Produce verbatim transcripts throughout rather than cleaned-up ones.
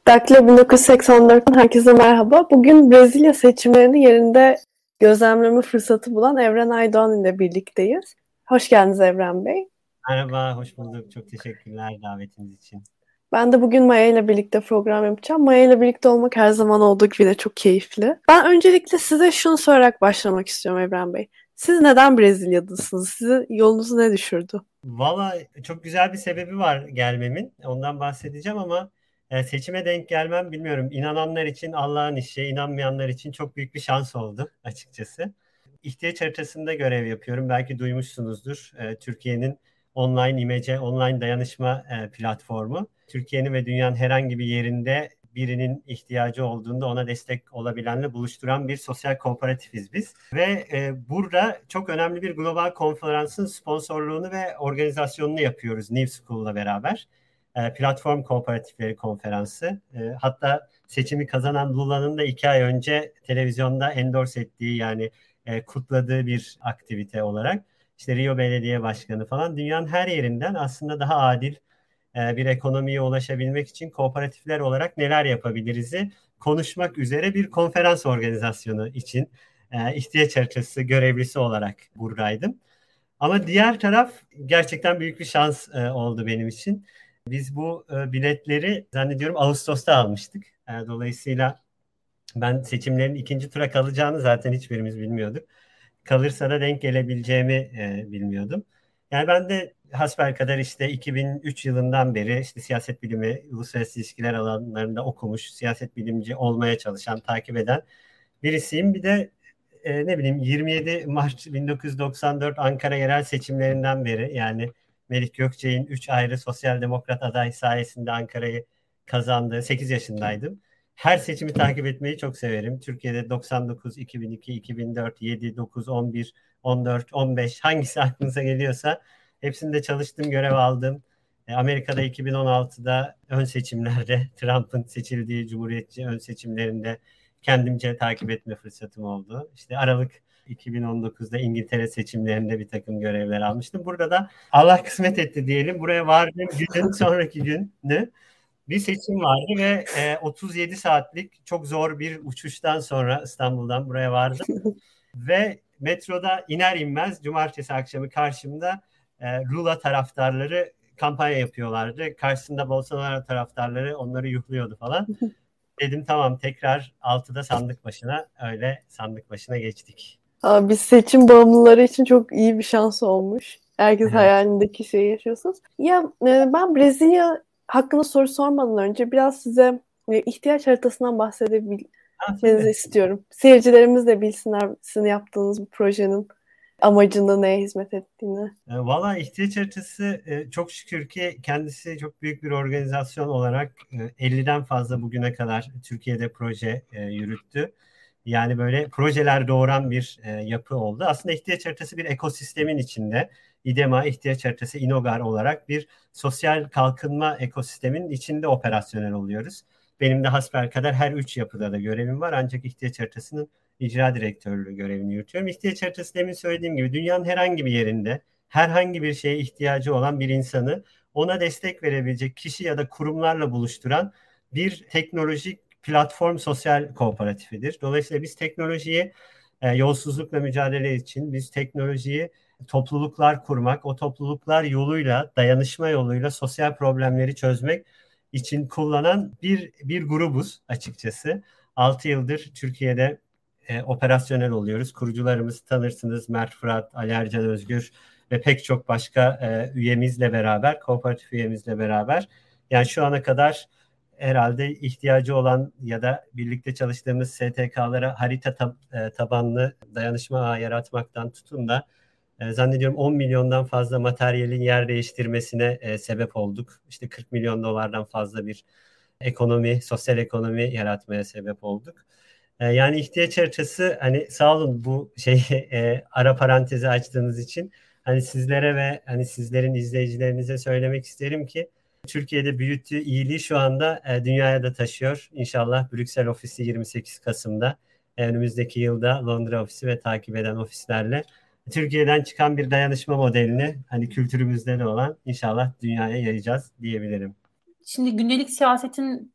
Daklo bin dokuz yüz seksen dörtten herkese merhaba. Bugün Brezilya seçimlerini yerinde gözlemleme fırsatı bulan Evren Aydoğan ile birlikteyiz. Hoş geldiniz Evren Bey. Merhaba, hoş bulduk. Çok teşekkürler davetiniz için. Ben de bugün Maya ile birlikte program yapacağım. Maya ile birlikte olmak her zaman olduğu gibi de çok keyifli. Ben öncelikle size şunu sorarak başlamak istiyorum Evren Bey. Siz neden Brezilya'dasınız? Sizi yolunuzu ne düşürdü? Valla çok güzel bir sebebi var gelmemin. Ondan bahsedeceğim ama e, seçime denk gelmem bilmiyorum. İnananlar için Allah'ın işi, inanmayanlar için çok büyük bir şans oldu açıkçası. İhtiyaç haritasında görev yapıyorum. Belki duymuşsunuzdur. E, Türkiye'nin online imece, online dayanışma e, platformu. Türkiye'nin ve dünyanın herhangi bir yerinde birinin ihtiyacı olduğunda ona destek olabilenle buluşturan bir sosyal kooperatifiz biz. Ve e, burada çok önemli bir global konferansın sponsorluğunu ve organizasyonunu yapıyoruz New School'la beraber. E, Platform Kooperatifleri Konferansı. E, hatta seçimi kazanan Lula'nın da iki ay önce televizyonda endorse ettiği yani e, kutladığı bir aktivite olarak. İşte Rio Belediye Başkanı falan dünyanın her yerinden aslında daha adil e, bir ekonomiye ulaşabilmek için kooperatifler olarak neler yapabiliriz'i konuşmak üzere bir konferans organizasyonu için e, ihtiyaç haritası görevlisi olarak buradaydım. Ama diğer taraf gerçekten büyük bir şans e, oldu benim için. Biz bu e, biletleri zannediyorum Ağustos'ta almıştık. E, dolayısıyla ben seçimlerin ikinci tura kalacağını zaten hiçbirimiz bilmiyorduk. Kalırsa da denk gelebileceğimi e, bilmiyordum. Yani ben de hasbelkader işte iki bin üç yılından beri işte siyaset bilimi, uluslararası ilişkiler alanlarında okumuş, siyaset bilimci olmaya çalışan, takip eden birisiyim. Bir de e, ne bileyim yirmi yedi Mart bin dokuz yüz doksan dört Ankara yerel seçimlerinden beri yani Melik Gökçek'in üç ayrı sosyal demokrat aday sayesinde Ankara'yı kazandığı sekiz yaşındaydım. Her seçimi takip etmeyi çok severim. Türkiye'de doksan dokuz, iki bin iki, iki bin dört, yedi, dokuz, on bir, on dört, on beş hangisi aklınıza geliyorsa hepsinde çalıştım, görev aldım. E, Amerika'da iki bin on altıda ön seçimlerde Trump'ın seçildiği Cumhuriyetçi ön seçimlerinde kendimce takip etme fırsatım oldu. İşte Aralık iki bin on dokuzda İngiltere seçimlerinde bir takım görevler almıştım. Burada da Allah kısmet etti diyelim. Buraya vardığım günün sonraki günü bir seçim vardı ve e, otuz yedi saatlik çok zor bir uçuştan sonra İstanbul'dan buraya vardım. Ve metroda iner inmez cumartesi akşamı karşımda e, Lula taraftarları kampanya yapıyorlardı. Karşısında Bolsonaro taraftarları onları yuhluyordu falan. Dedim tamam tekrar altıda sandık başına, öyle sandık başına geçtik. Aa, biz seçim bağımlıları için çok iyi bir şans olmuş. Herkes Evet. hayalindeki şeyi yaşıyorsunuz. Ya e, ben Brezilya hakkında soru sormadan önce biraz size e, ihtiyaç haritasından Ha, bahsedebilmenizi tabii. istiyorum. Seyircilerimiz de bilsinler sizin yaptığınız bu projenin amacını, neye hizmet ettiğini. E, Valla ihtiyaç haritası e, çok şükür ki kendisi çok büyük bir organizasyon olarak e, elliden fazla bugüne kadar Türkiye'de proje e, yürüttü. Yani böyle projeler doğuran bir e, yapı oldu. Aslında ihtiyaç haritası bir ekosistemin içinde. İDEMA, ihtiyaç haritası, İNOGAR olarak bir sosyal kalkınma ekosistemin içinde operasyonel oluyoruz. Benim de hasbelkader her üç yapıda da görevim var. Ancak ihtiyaç haritasının icra direktörlüğü görevini yürütüyorum. İhtiyaç haritası demin söylediğim gibi dünyanın herhangi bir yerinde herhangi bir şeye ihtiyacı olan bir insanı ona destek verebilecek kişi ya da kurumlarla buluşturan bir teknolojik platform sosyal kooperatifidir. Dolayısıyla biz teknolojiyi e, yolsuzlukla mücadele için biz teknolojiyi topluluklar kurmak, o topluluklar yoluyla, dayanışma yoluyla sosyal problemleri çözmek için kullanan bir bir grubuz açıkçası. altı yıldır Türkiye'de e, operasyonel oluyoruz. Kurucularımızı tanırsınız. Mert Fırat, Ali Ercan Özgür ve pek çok başka e, üyemizle beraber, kooperatif üyemizle beraber. Yani şu ana kadar herhalde ihtiyacı olan ya da birlikte çalıştığımız S T K'lara harita tab- e, tabanlı dayanışma ağı yaratmaktan tutun da e, zannediyorum on milyondan fazla materyalin yer değiştirmesine e, sebep olduk. İşte kırk milyon dolardan fazla bir ekonomi, sosyal ekonomi yaratmaya sebep olduk. E, yani ihtiyaç haritası hani sağ olun bu şeyi e, ara parantezi açtığınız için. Hani sizlere ve hani sizlerin izleyicilerinize söylemek isterim ki Türkiye'de büyüttüğü iyiliği şu anda e, dünyaya da taşıyor. İnşallah Brüksel ofisi yirmi sekiz Kasım'da e, önümüzdeki yılda Londra ofisi ve takip eden ofislerle Türkiye'den çıkan bir dayanışma modelini hani kültürümüzde de olan inşallah dünyaya yayacağız diyebilirim. Şimdi gündelik siyasetin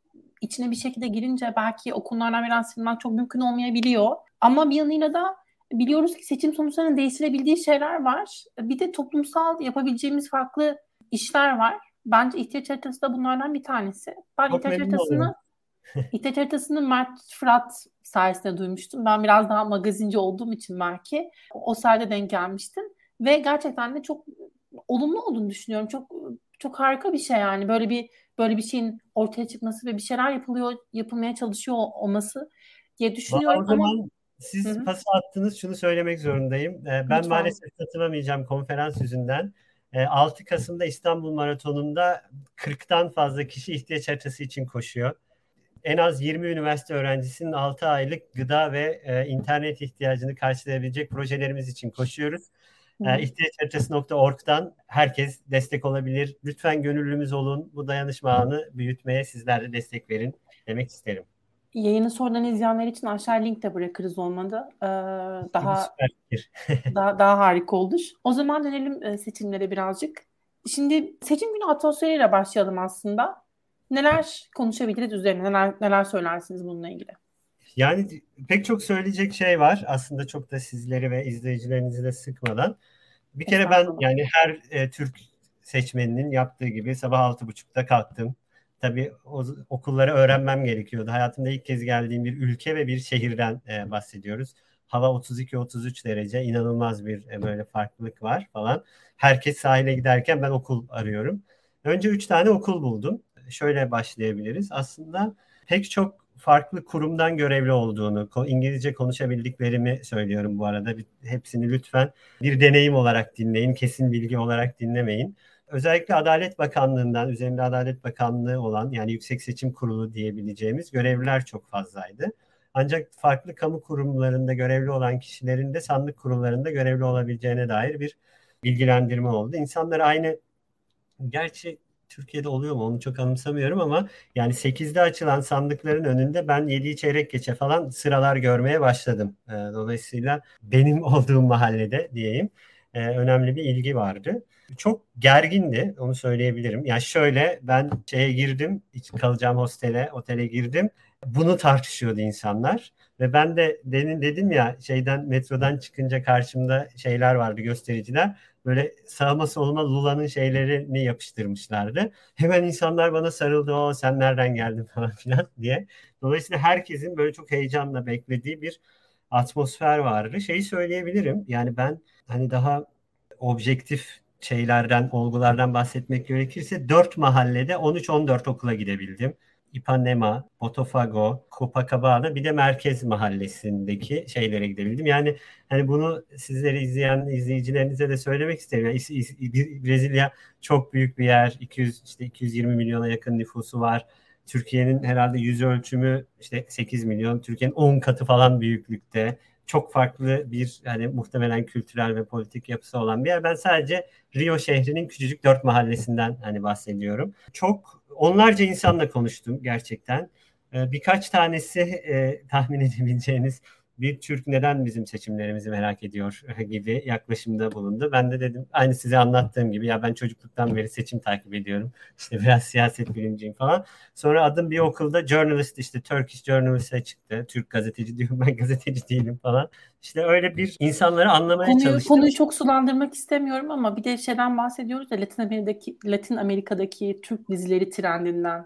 içine bir şekilde girince belki o konulardan biraz sıyrılmak çok mümkün olmayabiliyor. Ama bir yanıyla da biliyoruz ki seçim sonuçlarının değiştirebildiği şeyler var. Bir de toplumsal yapabileceğimiz farklı işler var. Bence ihtiyaç haritası da bunlardan bir tanesi. Ben Çok ihtiyaç memnun olurum. haritasını ihtiyaç haritasını Mert Fırat sayesinde duymuştum. Ben biraz daha magazinci olduğum için belki o sayede denk gelmiştim. Ve gerçekten de çok olumlu olduğunu düşünüyorum. Çok çok harika bir şey yani. Böyle bir böyle bir şeyin ortaya çıkması ve bir şeyler yapılıyor, yapılmaya çalışıyor olması diye Valla düşünüyorum o ama zaman hı siz hı, pas attınız, şunu söylemek zorundayım. Ee, Ben lütfen. maalesef katılamayacağım konferans yüzünden. Ee, altı Kasım'da İstanbul Maratonu'nda kırktan fazla kişi ihtiyaç haritası için koşuyor. En az yirmi üniversite öğrencisinin altı aylık gıda ve e, internet ihtiyacını karşılayabilecek projelerimiz için koşuyoruz. Hı E, hı. ihtiyaç haritası nokta org'dan herkes destek olabilir. Lütfen gönüllümüz olun. Bu dayanışma ağını büyütmeye sizler de destek verin demek isterim. Yayını sonradan izleyenler için aşağı link de bırakırız olmadı. Ee, daha Süper fikir. daha daha harika olur. O zaman dönelim e, seçimlere birazcık. Şimdi seçim günü atmosferiyle başlayalım aslında. Neler konuşabiliriz üzerine? Neler neler söylersiniz bununla ilgili? Yani pek çok söyleyecek şey var. Aslında çok da sizleri ve izleyicilerinizi de sıkmadan. Bir kere ben Estağfurullah. yani her e, Türk seçmeninin yaptığı gibi sabah altı buçukta kalktım. Tabii o, okulları öğrenmem gerekiyordu. Hayatımda ilk kez geldiğim bir ülke ve bir şehirden e, bahsediyoruz. Hava otuz iki otuz üç derece, inanılmaz bir e, böyle farklılık var falan. Herkes sahile giderken ben okul arıyorum. Önce üç tane okul buldum. Şöyle başlayabiliriz. Aslında pek çok farklı kurumdan görevli olduğunu, İngilizce konuşabildiklerimi söylüyorum bu arada. Hepsini lütfen bir deneyim olarak dinleyin, kesin bilgi olarak dinlemeyin. Özellikle Adalet Bakanlığı'ndan, üzerinde Adalet Bakanlığı olan yani Yüksek Seçim Kurulu diyebileceğimiz görevliler çok fazlaydı. Ancak farklı kamu kurumlarında görevli olan kişilerin de sandık kurullarında görevli olabileceğine dair bir bilgilendirme oldu. İnsanlar aynı, gerçi Türkiye'de oluyor mu onu çok anımsamıyorum ama yani sekizde açılan sandıkların önünde ben yediği çeyrek geçe falan sıralar görmeye başladım. Ee, Dolayısıyla benim olduğum mahallede diyeyim e, önemli bir ilgi vardı. Çok gergindi, onu söyleyebilirim. Yani şöyle, ben şeye girdim, kalacağım hostele, otele girdim. Bunu tartışıyordu insanlar. Ve ben de demin dedim ya, şeyden, metrodan çıkınca karşımda şeyler vardı, göstericiler. Böyle sağıma soluma Lula'nın şeylerini yapıştırmışlardı. Hemen insanlar bana sarıldı. O sen nereden geldin falan filan diye. Dolayısıyla herkesin böyle çok heyecanla beklediği bir atmosfer vardı. Şeyi söyleyebilirim. Yani ben hani daha objektif şeylerden, olgulardan bahsetmek gerekirse dört mahallede on üç on dört okula gidebildim. Ipanema, Botafogo, Copacabana, bir de Merkez Mahallesi'ndeki şeylere gidebildim. Yani hani bunu sizleri izleyen izleyicilerinize de söylemek isterim. Yani is- is- Brezilya çok büyük bir yer. iki yüz işte iki yüz yirmi milyona yakın nüfusu var. Türkiye'nin herhalde yüz ölçümü işte sekiz milyon. Türkiye'nin on katı falan büyüklükte. Çok farklı bir, hani muhtemelen kültürel ve politik yapısı olan bir yer. Ben sadece Rio şehrinin küçücük dört mahallesinden hani bahsediyorum. Çok onlarca insanla konuştum gerçekten. Ee, birkaç tanesi e, tahmin edebileceğiniz, bir Türk neden bizim seçimlerimizi merak ediyor gibi yaklaşımda bulundu. Ben de dedim, aynı size anlattığım gibi, ya ben çocukluktan beri seçim takip ediyorum. İşte biraz siyaset bilimciyim falan. Sonra adım bir okulda journalist, işte Turkish journalist'e çıktı. Türk gazeteci diyorum, ben gazeteci değilim falan. İşte öyle bir insanları anlamaya Konuyu çalıştım. konuyu çok sulandırmak istemiyorum ama bir de şeyden bahsediyoruz ya Latin Amerika'daki Latin Amerika'daki Türk dizileri trendinden.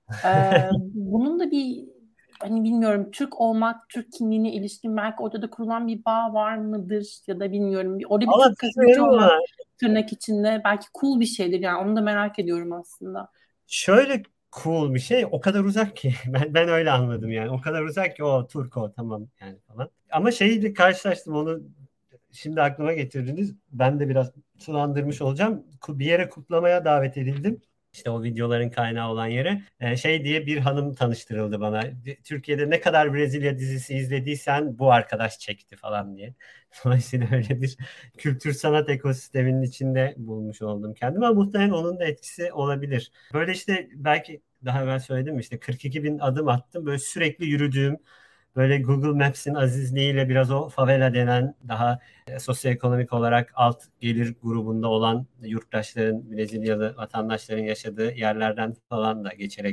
Ee, bunun da bir hani bilmiyorum Türk olmak, Türk kimliğine ilişkin belki orada da kurulan bir bağ var mıdır ya da bilmiyorum. Bir- Orada bir Ama Türk gazeteci bilmiyorum olmak ama tırnak içinde belki cool bir şeydir yani onu da merak ediyorum aslında. şöyle cool bir şey, o kadar uzak ki ben ben öyle anladım yani, o kadar uzak ki, o Turko tamam yani falan. Ama şeyi de karşılaştım, onu şimdi aklıma getirdiniz. Ben de biraz sulandırmış olacağım. Bir yere kutlamaya davet edildim. İşte o videoların kaynağı olan yere. Ee, şey diye bir hanım tanıştırıldı bana. Türkiye'de ne kadar Brezilya dizisi izlediysen bu arkadaş çekti falan diye. Dolayısıyla öyle bir kültür sanat ekosisteminin içinde bulmuş oldum kendimi. Ama muhtemelen onun da etkisi olabilir. Böyle işte, belki daha evvel söyledim, işte kırk iki bin adım attım. Böyle sürekli yürüdüğüm, böyle Google Maps'in azizliğiyle biraz o favela denen daha e, sosyoekonomik olarak alt gelir grubunda olan yurttaşların, Brezilyalı vatandaşların yaşadığı yerlerden falan da geçerek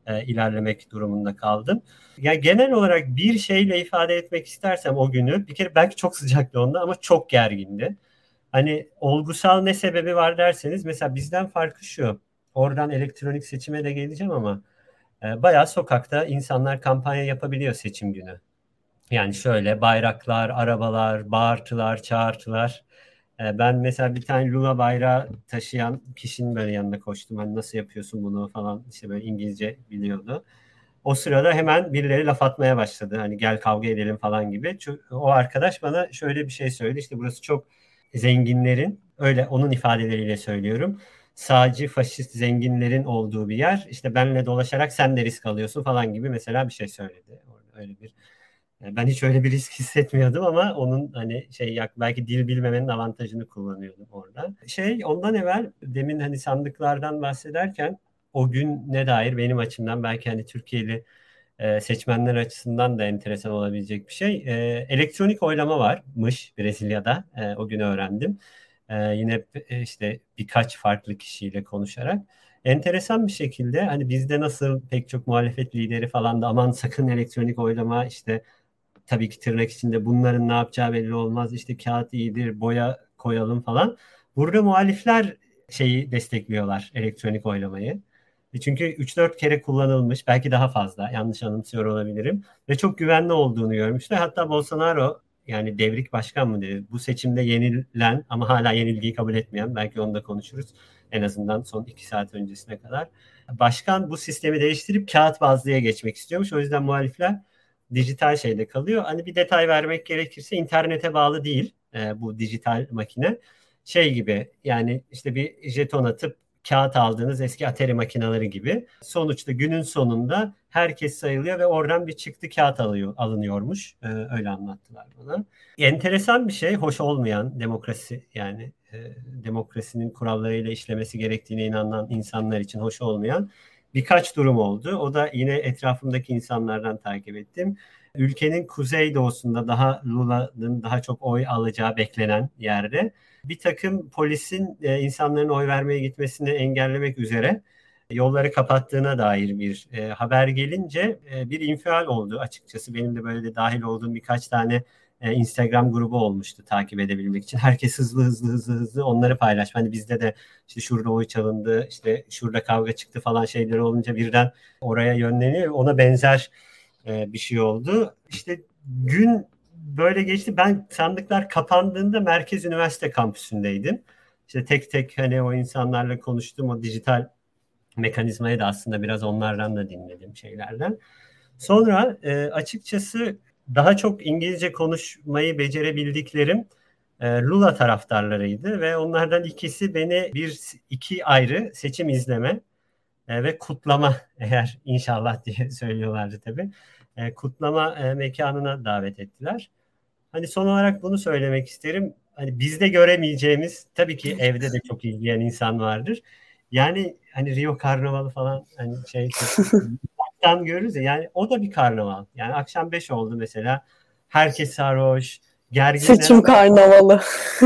e, ilerlemek durumunda kaldım. Ya genel olarak bir şeyle ifade etmek istersem o günü, bir kere belki çok sıcaktı onda ama çok gergindi. Hani olgusal ne sebebi var derseniz, mesela bizden farkı şu. Oradan elektronik seçime de geleceğim ama e, bayağı sokakta insanlar kampanya yapabiliyor seçim günü. Yani şöyle bayraklar, arabalar, bağırtılar, çağırtılar. E, ben mesela bir tane Lula bayrağı taşıyan kişinin böyle yanına koştum. Hani nasıl yapıyorsun bunu falan, işte böyle İngilizce biliyordu. O sırada hemen birileri laf atmaya başladı. Hani gel kavga edelim falan gibi. Çünkü o arkadaş bana şöyle bir şey söyledi. İşte burası çok zenginlerin, öyle onun ifadeleriyle söylüyorum, sağcı, faşist zenginlerin olduğu bir yer. İşte benle dolaşarak sen de risk alıyorsun falan gibi mesela bir şey söyledi. Öyle bir yani ben hiç öyle bir risk hissetmiyordum ama onun hani şey yak belki dil bilmemenin avantajını kullanıyordum orada. Şey ondan evvel demin hani sandıklardan bahsederken o gün ne dair benim açımdan belki hani Türkiye'li e, seçmenler açısından da enteresan olabilecek bir şey. E, elektronik oylama varmış Brezilya'da. E, o gün öğrendim. E, yine e, işte birkaç farklı kişiyle konuşarak. Enteresan bir şekilde hani bizde nasıl pek çok muhalefet lideri falan da aman sakın elektronik oylama, işte tabii ki tırnak içinde bunların ne yapacağı belli olmaz, işte kağıt iyidir, boya koyalım falan. Burada muhalifler şeyi destekliyorlar, elektronik oylamayı. E Çünkü üç dört kere kullanılmış, belki daha fazla, yanlış anımsıyor olabilirim. Ve çok güvenli olduğunu görmüşler. Hatta Bolsonaro, yani devrik başkan mı dedi, bu seçimde yenilen ama hala yenilgiyi kabul etmeyen, belki onu da konuşuruz. En azından son iki saat öncesine kadar. Başkan bu sistemi değiştirip kağıt bazlıya geçmek istiyormuş. O yüzden muhalifler dijital şeyde kalıyor. Hani bir detay vermek gerekirse internete bağlı değil e, bu dijital makine. Şey gibi, yani işte bir jeton atıp kağıt aldığınız eski Atari makineleri gibi. Sonuçta günün sonunda herkes sayılıyor ve oradan bir çıktı kağıt alıyor, alınıyormuş. Ee, öyle anlattılar bana. Enteresan bir şey, hoş olmayan demokrasi, yani e, demokrasinin kurallarıyla işlemesi gerektiğine inanan insanlar için hoş olmayan birkaç durum oldu. O da yine etrafımdaki insanlardan takip ettim. Ülkenin kuzeydoğusunda, daha Lula'nın daha çok oy alacağı beklenen yerde bir takım polisin e, insanların oy vermeye gitmesini engellemek üzere yolları kapattığına dair bir e, haber gelince e, bir infial oldu açıkçası. Benim de böyle de dahil olduğum birkaç tane e, Instagram grubu olmuştu takip edebilmek için. Herkes hızlı hızlı hızlı hızlı onları paylaş. Hani bizde de işte şurada oy çalındı, işte şurada kavga çıktı falan şeyleri olunca birden oraya yönleniyor. Ona benzer e, bir şey oldu. İşte gün böyle geçti. Ben sandıklar kapandığında Merkez Üniversite kampüsündeydim. İşte tek tek hani o insanlarla konuştum. O dijital mekanizmayı da aslında biraz onlardan da dinledim şeylerden. Sonra e, açıkçası daha çok İngilizce konuşmayı becerebildiklerim e, Lula taraftarlarıydı ve onlardan ikisi beni bir iki ayrı seçim izleme e, ve kutlama, eğer inşallah diye söylüyorlardı tabii. E, kutlama e, mekanına davet ettiler. Hani son olarak bunu söylemek isterim. Hani bizde göremeyeceğimiz, tabii ki evde de çok ilgilen insan vardır. Yani hani Rio Karnavalı falan, hani şey çok uzaktan görürüz ya, yani o da bir karnaval. Yani akşam beş oldu mesela. Herkes sarhoş, gerginler Seçim ama karnavalı.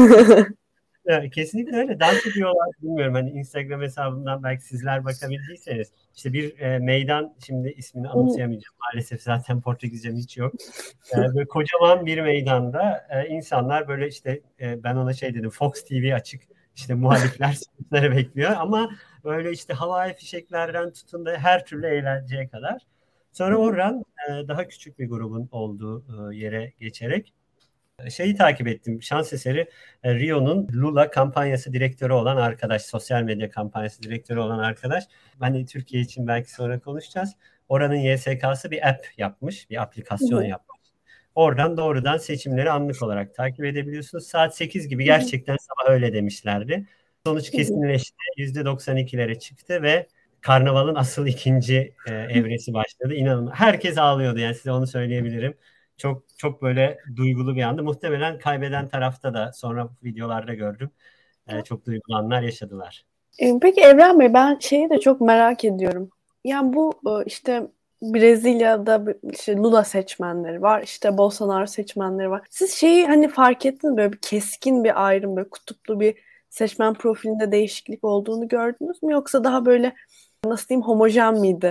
evet, kesinlikle öyle. Dans ediyorlar. Bilmiyorum, hani Instagram hesabından belki sizler bakabildiyseniz. İşte bir e, meydan, şimdi ismini anımsayamayacağım. Maalesef zaten Portekizcem hiç yok. E, böyle kocaman bir meydanda e, insanlar böyle işte e, ben ona şey dedim, Fox T V açık. İşte muhalifler sonuçları bekliyor ama böyle işte havai fişeklerden tutun da her türlü eğlenceye kadar. Sonra oradan e, daha küçük bir grubun olduğu e, yere geçerek şeyi takip ettim. Şans eseri e, Rio'nun Lula kampanyası direktörü olan arkadaş, sosyal medya kampanyası direktörü olan arkadaş. Hani Türkiye için belki sonra konuşacağız. Oranın Y S K'sı bir app yapmış, bir aplikasyon yapmış. Oradan doğrudan seçimleri anlık olarak takip edebiliyorsunuz. Saat sekiz gibi, gerçekten sabah öyle demişlerdi. Sonuç kesinleşti. yüzde doksan ikilere çıktı ve Karnaval'ın asıl ikinci e, evresi başladı. İnanın herkes ağlıyordu, yani size onu söyleyebilirim. Çok çok böyle duygulu bir andı. Muhtemelen kaybeden tarafta da sonra videolarda gördüm. E, çok duygulu anlar yaşadılar. E, Peki Evren Bey, ben şeyi de çok merak ediyorum. Yani bu e, işte Brezilya'da işte Lula seçmenleri var, işte Bolsonaro seçmenleri var. Siz şeyi hani fark ettiniz mi? Böyle bir keskin bir ayrım, böyle kutuplu bir seçmen profilinde değişiklik olduğunu gördünüz mü? Yoksa daha böyle nasıl diyeyim, homojen miydi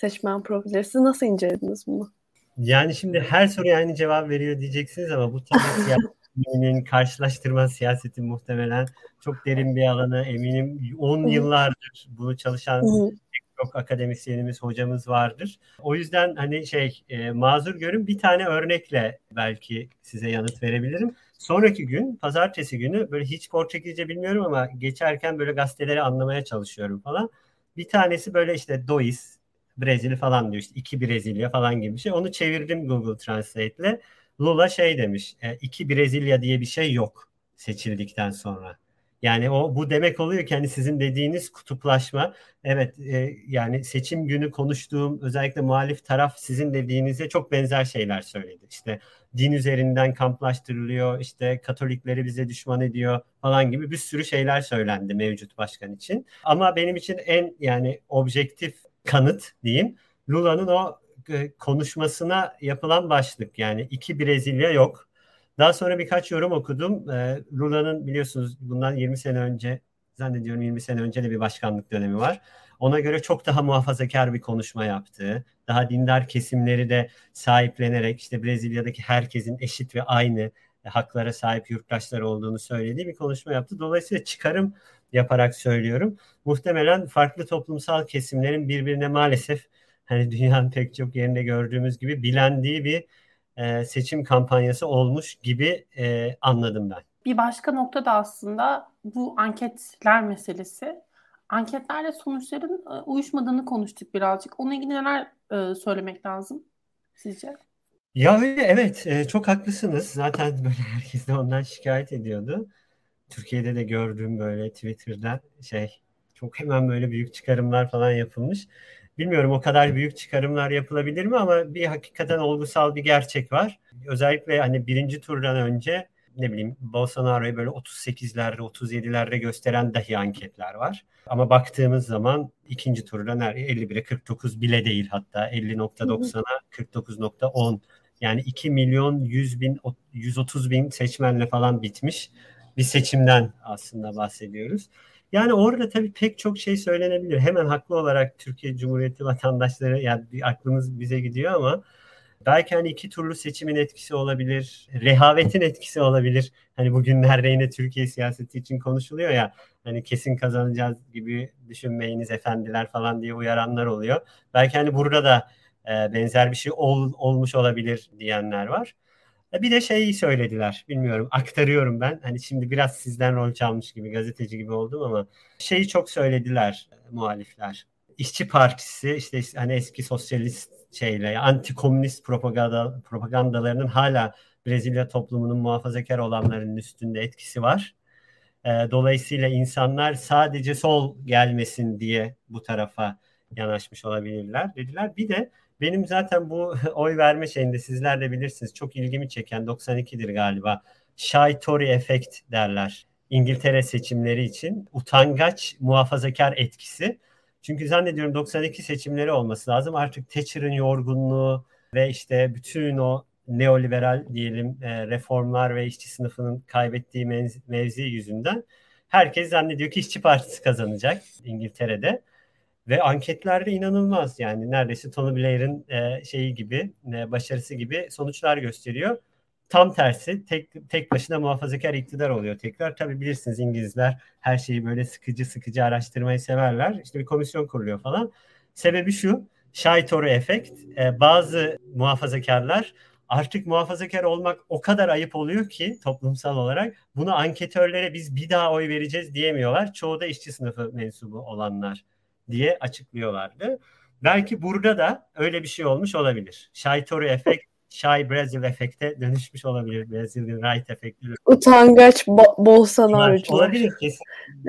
seçmen profilleri. Siz nasıl incelediniz bunu? Yani şimdi her soruya aynı cevap veriyor diyeceksiniz ama bu tabii siyasetin, karşılaştırma siyaseti muhtemelen çok derin bir alanı. Eminim on yıllardır bunu çalışan çok akademisyenimiz, hocamız vardır. O yüzden hani şey e, mazur görün, bir tane örnekle belki size yanıt verebilirim. Sonraki gün, pazartesi günü böyle hiç Portekizce bilmiyorum ama geçerken böyle gazeteleri anlamaya çalışıyorum falan. Bir tanesi böyle işte Dois, Brezilya falan diyor, işte iki Brezilya falan gibi bir şey. Onu çevirdim Google Translate'le. Lula şey demiş, e, iki Brezilya diye bir şey yok seçildikten sonra. Yani o bu demek oluyor ki hani sizin dediğiniz kutuplaşma. Evet, e, yani seçim günü konuştuğum özellikle muhalif taraf sizin dediğinize çok benzer şeyler söyledi. İşte din üzerinden kamplaştırılıyor, işte Katolikleri bize düşman ediyor falan gibi bir sürü şeyler söylendi mevcut başkan için. Ama benim için en yani objektif kanıt diyeyim Lula'nın o e, konuşmasına yapılan başlık, yani iki Brezilya yok. Daha sonra birkaç yorum okudum. E, Lula'nın biliyorsunuz bundan yirmi sene önce, zannediyorum yirmi sene önce de bir başkanlık dönemi var. Ona göre çok daha muhafazakar bir konuşma yaptığı, daha dindar kesimleri de sahiplenerek işte Brezilya'daki herkesin eşit ve aynı haklara sahip yurttaşlar olduğunu söylediği bir konuşma yaptı. Dolayısıyla çıkarım yaparak söylüyorum. Muhtemelen farklı toplumsal kesimlerin birbirine maalesef hani dünyanın pek çok yerinde gördüğümüz gibi bilendiği bir e, seçim kampanyası olmuş gibi e, anladım ben. Bir başka nokta da aslında bu anketler meselesi. Anketlerle sonuçların e, uyuşmadığını konuştuk birazcık. Onunla ilgili neler e, söylemek lazım sizce? Ya öyle, evet, e, çok haklısınız. Zaten böyle herkes de ondan şikayet ediyordu. Türkiye'de de gördüğüm böyle Twitter'da şey çok hemen böyle büyük çıkarımlar falan yapılmış. Bilmiyorum o kadar büyük çıkarımlar yapılabilir mi, ama bir hakikaten olgusal bir gerçek var. Özellikle hani birinci turdan önce ne bileyim Bolsonaro'yu böyle otuz sekizlerde otuz yedilerde gösteren dahi anketler var. Ama baktığımız zaman ikinci turdan elli bire kırk dokuz bile değil, hatta elli nokta doksana kırk dokuz nokta on, yani iki milyon yüz bin yüz otuz bin seçmenle falan bitmiş bir seçimden aslında bahsediyoruz. Yani orada tabii pek çok şey söylenebilir. Hemen haklı olarak Türkiye Cumhuriyeti vatandaşları, yani bir aklımız bize gidiyor ama belki hani iki turlu seçimin etkisi olabilir, rehavetin etkisi olabilir. Hani bugünlerde yine Türkiye siyaseti için konuşuluyor ya, hani kesin kazanacağız gibi düşünmeyiniz efendiler falan diye uyaranlar oluyor. Belki hani burada da e, benzer bir şey ol, olmuş olabilir diyenler var. Bir de şeyi söylediler. Bilmiyorum, aktarıyorum ben. Hani şimdi biraz sizden rol çalmış gibi, gazeteci gibi oldum ama şeyi çok söylediler e, muhalifler. İşçi Partisi işte hani eski sosyalist şeyle anti-komünist propaganda propagandalarının hala Brezilya toplumunun muhafazakar olanlarının üstünde etkisi var. E, dolayısıyla insanlar sadece sol gelmesin diye bu tarafa yanaşmış olabilirler dediler. Bir de benim zaten bu oy verme şeyinde, sizler de bilirsiniz, çok ilgimi çeken doksan ikidir galiba. Shy Tory efekt derler. İngiltere seçimleri için utangaç muhafazakar etkisi. Çünkü zannediyorum doksan iki seçimleri olması lazım. Artık Thatcher'ın yorgunluğu ve işte bütün o neoliberal diyelim e, reformlar ve işçi sınıfının kaybettiği mevzi, mevzi yüzünden herkes zannediyor ki İşçi Partisi kazanacak İngiltere'de. Ve anketlerde inanılmaz, yani neredeyse Tony Blair'in e, şeyi gibi e, başarısı gibi sonuçlar gösteriyor. Tam tersi tek, tek başına muhafazakar iktidar oluyor tekrar. Tabii bilirsiniz İngilizler her şeyi böyle sıkıcı sıkıcı araştırmayı severler. İşte bir komisyon kuruluyor falan. Sebebi şu, Shy Tory efekt. E, bazı muhafazakarlar artık muhafazakar olmak o kadar ayıp oluyor ki toplumsal olarak bunu anketörlere biz bir daha oy vereceğiz diyemiyorlar. Çoğu da işçi sınıfı mensubu olanlar diye açıklıyorlardı. Belki burada da öyle bir şey olmuş olabilir. Shy Tory efekt, Shy Brazil efekte dönüşmüş olabilir. Brazilian Right efekti. Utangaç bo- Bolsonaro'cular. Olabilir kesin.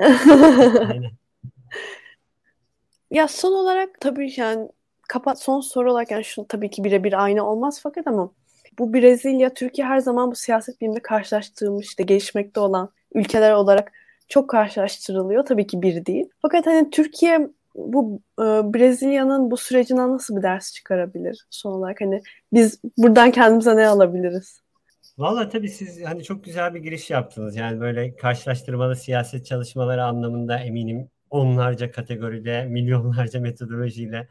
Aynen. Ya son olarak tabii yani kapat son soru olarak yani şunu tabii ki birebir aynı olmaz fakat ama bu Brezilya, Türkiye her zaman bu siyaset biliminde karşılaştığımız işte gelişmekte olan ülkeler olarak çok karşılaştırılıyor. Tabii ki bir değil. Fakat hani Türkiye bu e, Brezilya'nın bu sürecinden nasıl bir ders çıkarabilir son olarak? Hani biz buradan kendimize ne alabiliriz? Valla tabii siz hani çok güzel bir giriş yaptınız. Yani böyle karşılaştırmalı siyaset çalışmaları anlamında eminim onlarca kategoride, milyonlarca metodolojiyle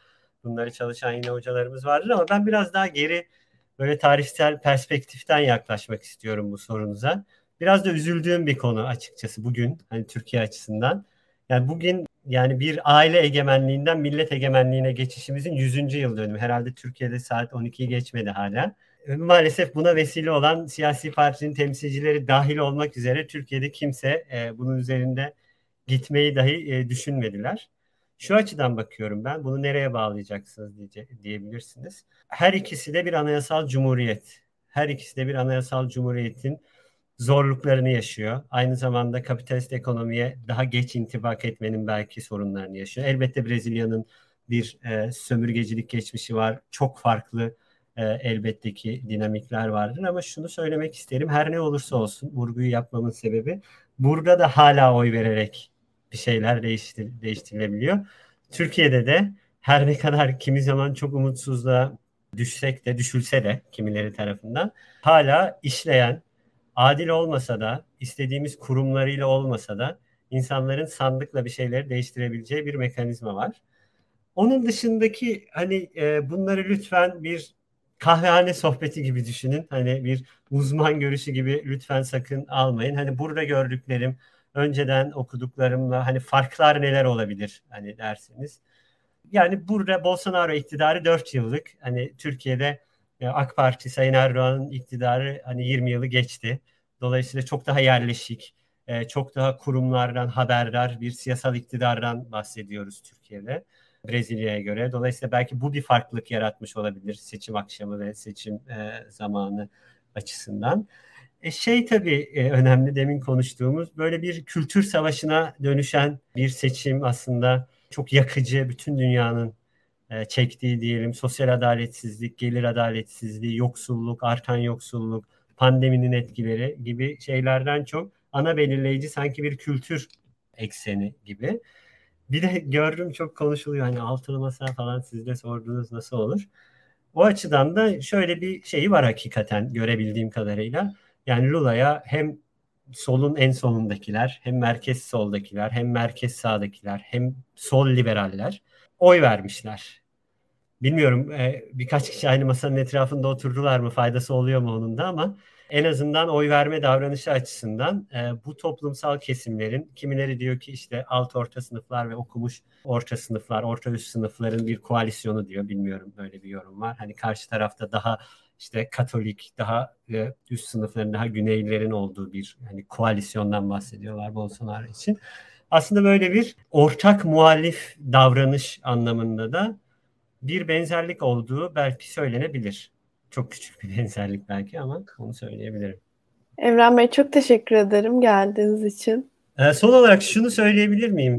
bunları çalışan yine hocalarımız vardır ama ben biraz daha geri böyle tarihsel perspektiften yaklaşmak istiyorum bu sorunuza. Biraz da üzüldüğüm bir konu açıkçası bugün hani Türkiye açısından. Yani bugün yani bir aile egemenliğinden millet egemenliğine geçişimizin yüzüncü yıl dönümü. Herhalde Türkiye'de saat on ikiyi geçmedi hala. Maalesef buna vesile olan siyasi partinin temsilcileri dahil olmak üzere Türkiye'de kimse e, bunun üzerinde gitmeyi dahi e, düşünmediler. Şu açıdan bakıyorum ben, bunu nereye bağlayacaksınız diye, diyebilirsiniz. Her ikisi de bir anayasal cumhuriyet. Her ikisi de bir anayasal cumhuriyetin zorluklarını yaşıyor. Aynı zamanda kapitalist ekonomiye daha geç intibak etmenin belki sorunlarını yaşıyor. Elbette Brezilya'nın bir e, sömürgecilik geçmişi var. Çok farklı e, elbette ki dinamikler vardır ama şunu söylemek isterim. Her ne olursa olsun vurguyu yapmamın sebebi burada da hala oy vererek bir şeyler değiştir, değiştirilebiliyor. Türkiye'de de her ne kadar kimi zaman çok umutsuzluğa düşsek de düşülse de kimileri tarafından hala işleyen, adil olmasa da, istediğimiz kurumlarıyla olmasa da insanların sandıkla bir şeyleri değiştirebileceği bir mekanizma var. Onun dışındaki hani e, bunları lütfen bir kahvehane sohbeti gibi düşünün. Hani bir uzman görüşü gibi lütfen sakın almayın. Hani burada gördüklerim, önceden okuduklarımla hani farklar neler olabilir hani derseniz. Yani burada Bolsonaro iktidarı dört yıllık. Hani Türkiye'de AK Parti Sayın Erdoğan'ın iktidarı hani yirmi yılı geçti. Dolayısıyla çok daha yerleşik, çok daha kurumlardan haberdar bir siyasal iktidardan bahsediyoruz Türkiye'de. Brezilya'ya göre. Dolayısıyla belki bu bir farklılık yaratmış olabilir seçim akşamı ve seçim zamanı açısından. E şey tabii e, önemli demin konuştuğumuz böyle bir kültür savaşına dönüşen bir seçim aslında çok yakıcı bütün dünyanın e, çektiği diyelim sosyal adaletsizlik, gelir adaletsizliği, yoksulluk, artan yoksulluk, pandeminin etkileri gibi şeylerden çok ana belirleyici sanki bir kültür ekseni gibi. Bir de gördüm çok konuşuluyor hani altılı masa falan siz de sordunuz nasıl olur. O açıdan da şöyle bir şeyi var hakikaten görebildiğim kadarıyla. Yani Lula'ya hem solun en solundakiler, hem merkez soldakiler, hem merkez sağdakiler, hem sol liberaller oy vermişler. Bilmiyorum e, birkaç kişi aynı masanın etrafında oturdular mı, faydası oluyor mu onun da ama en azından oy verme davranışı açısından e, bu toplumsal kesimlerin kimileri diyor ki işte alt orta sınıflar ve okumuş orta sınıflar, orta üst sınıfların bir koalisyonu diyor. Bilmiyorum böyle bir yorum var. Hani karşı tarafta daha işte Katolik, daha e, üst sınıfların, daha güneylerin olduğu bir hani koalisyondan bahsediyorlar Bolsonaro için. Aslında böyle bir ortak muhalif davranış anlamında da bir benzerlik olduğu belki söylenebilir. Çok küçük bir benzerlik belki ama onu söyleyebilirim. Evren Bey çok teşekkür ederim geldiğiniz için. Ee, son olarak şunu söyleyebilir miyim?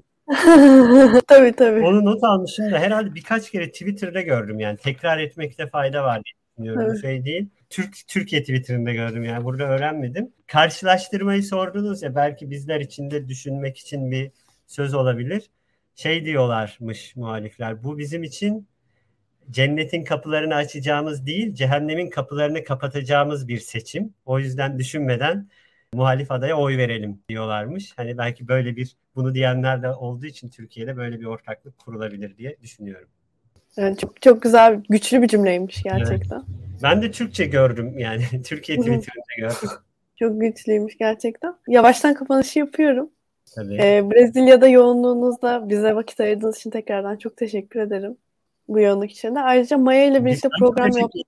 Tabii tabii. Onu not almışım da herhalde birkaç kere Twitter'da gördüm yani. Tekrar etmekte fayda var diye düşünüyorum. Evet. Bu şey değil. Türk Türkiye Twitter'ında gördüm yani. Burada öğrenmedim. Karşılaştırmayı sordunuz ya belki bizler için de düşünmek için bir söz olabilir. Şey diyorlarmış muhalifler. Bu bizim için cennetin kapılarını açacağımız değil, cehennemin kapılarını kapatacağımız bir seçim. O yüzden düşünmeden muhalif adaya oy verelim diyorlarmış. Hani belki böyle bir, bunu diyenler de olduğu için Türkiye'de böyle bir ortaklık kurulabilir diye düşünüyorum. Evet, çok çok güzel, güçlü bir cümleymiş gerçekten. Evet. Ben de Türkçe gördüm yani. Türkiye Twitter'ında gördüm. Çok güçlüymüş gerçekten. Yavaştan kapanışı yapıyorum. Tabii. Ee, Brezilya'da yoğunluğunuzda bize vakit ayırdığınız için tekrardan çok teşekkür ederim. Bu yoğunluk için de. Ayrıca Maya ile birlikte Biz program yap.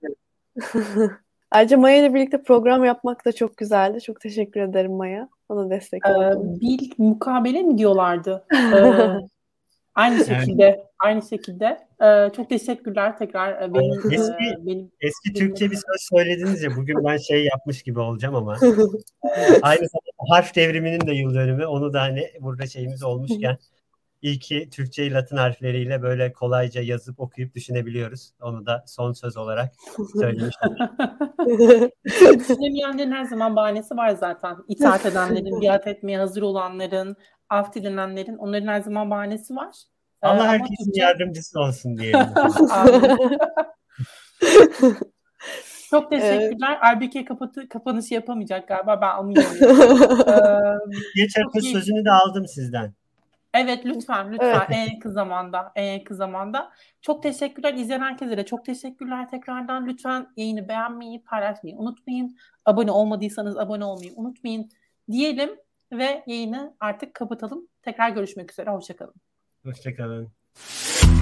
Ayrıca Maya ile birlikte program yapmak da çok güzeldi. Çok teşekkür ederim Maya. Ona destek oldun. Ee, bir mukabele mi diyorlardı? Ee, aynı şekilde, evet. aynı şekilde. Ee, çok teşekkürler tekrar. Benim, eski e, benim, eski benim Türkçe bir söz söylediniz ya. Bugün ben şey yapmış gibi olacağım ama. Aynı zamanda harf devriminin de yıl dönümü. Onu da hani burada şeyimiz olmuşken. İyi ki Türkçeyi Latin harfleriyle böyle kolayca yazıp okuyup düşünebiliyoruz. Onu da son söz olarak söylemiştim. Düşünemeyenlerin her zaman bahanesi var zaten. İtaat edenlerin, biat etmeye hazır olanların, af dilenenlerin, onların her zaman bahanesi var. Allah ee, herkesin Türkçe... yardımcısı olsun diyelim. Çok teşekkürler. Evet. Aybüke kapatı, kapanışı yapamayacak galiba. Ben anlayamıyorum. Geçen ee, sözünü de aldım sizden. Evet, lütfen lütfen Evet. en yakın zamanda en yakın zamanda. Çok teşekkürler izleyen herkese de çok teşekkürler tekrardan. Lütfen yayını beğenmeyi, paylaşmayı unutmayın. Abone olmadıysanız abone olmayı unutmayın diyelim ve yayını artık kapatalım. Tekrar görüşmek üzere. Hoşça kalın. Hoşçakalın.